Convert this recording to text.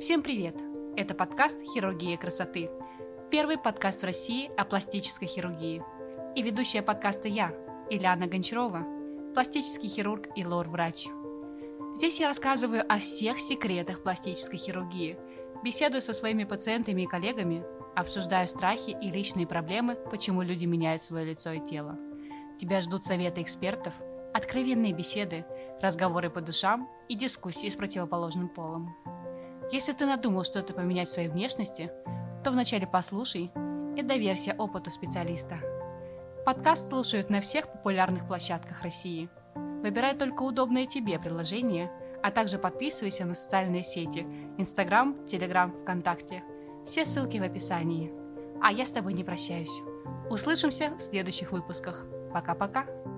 Всем привет! Это подкаст «Хирургия красоты». Первый подкаст в России о пластической хирургии. И ведущая подкаста я, Ильяна Гончарова, пластический хирург и лор-врач. Здесь я рассказываю о всех секретах пластической хирургии, беседую со своими пациентами и коллегами, обсуждаю страхи и личные проблемы, почему люди меняют свое лицо и тело. Тебя ждут советы экспертов, откровенные беседы, разговоры по душам и дискуссии с противоположным полом. Если ты надумал что-то поменять в своей внешности, то вначале послушай и доверься опыту специалиста. Подкаст слушают на всех популярных площадках России. Выбирай только удобное тебе приложение, а также подписывайся на социальные сети Instagram, Telegram, ВКонтакте. Все ссылки в описании. А я с тобой не прощаюсь. Услышимся в следующих выпусках. Пока-пока.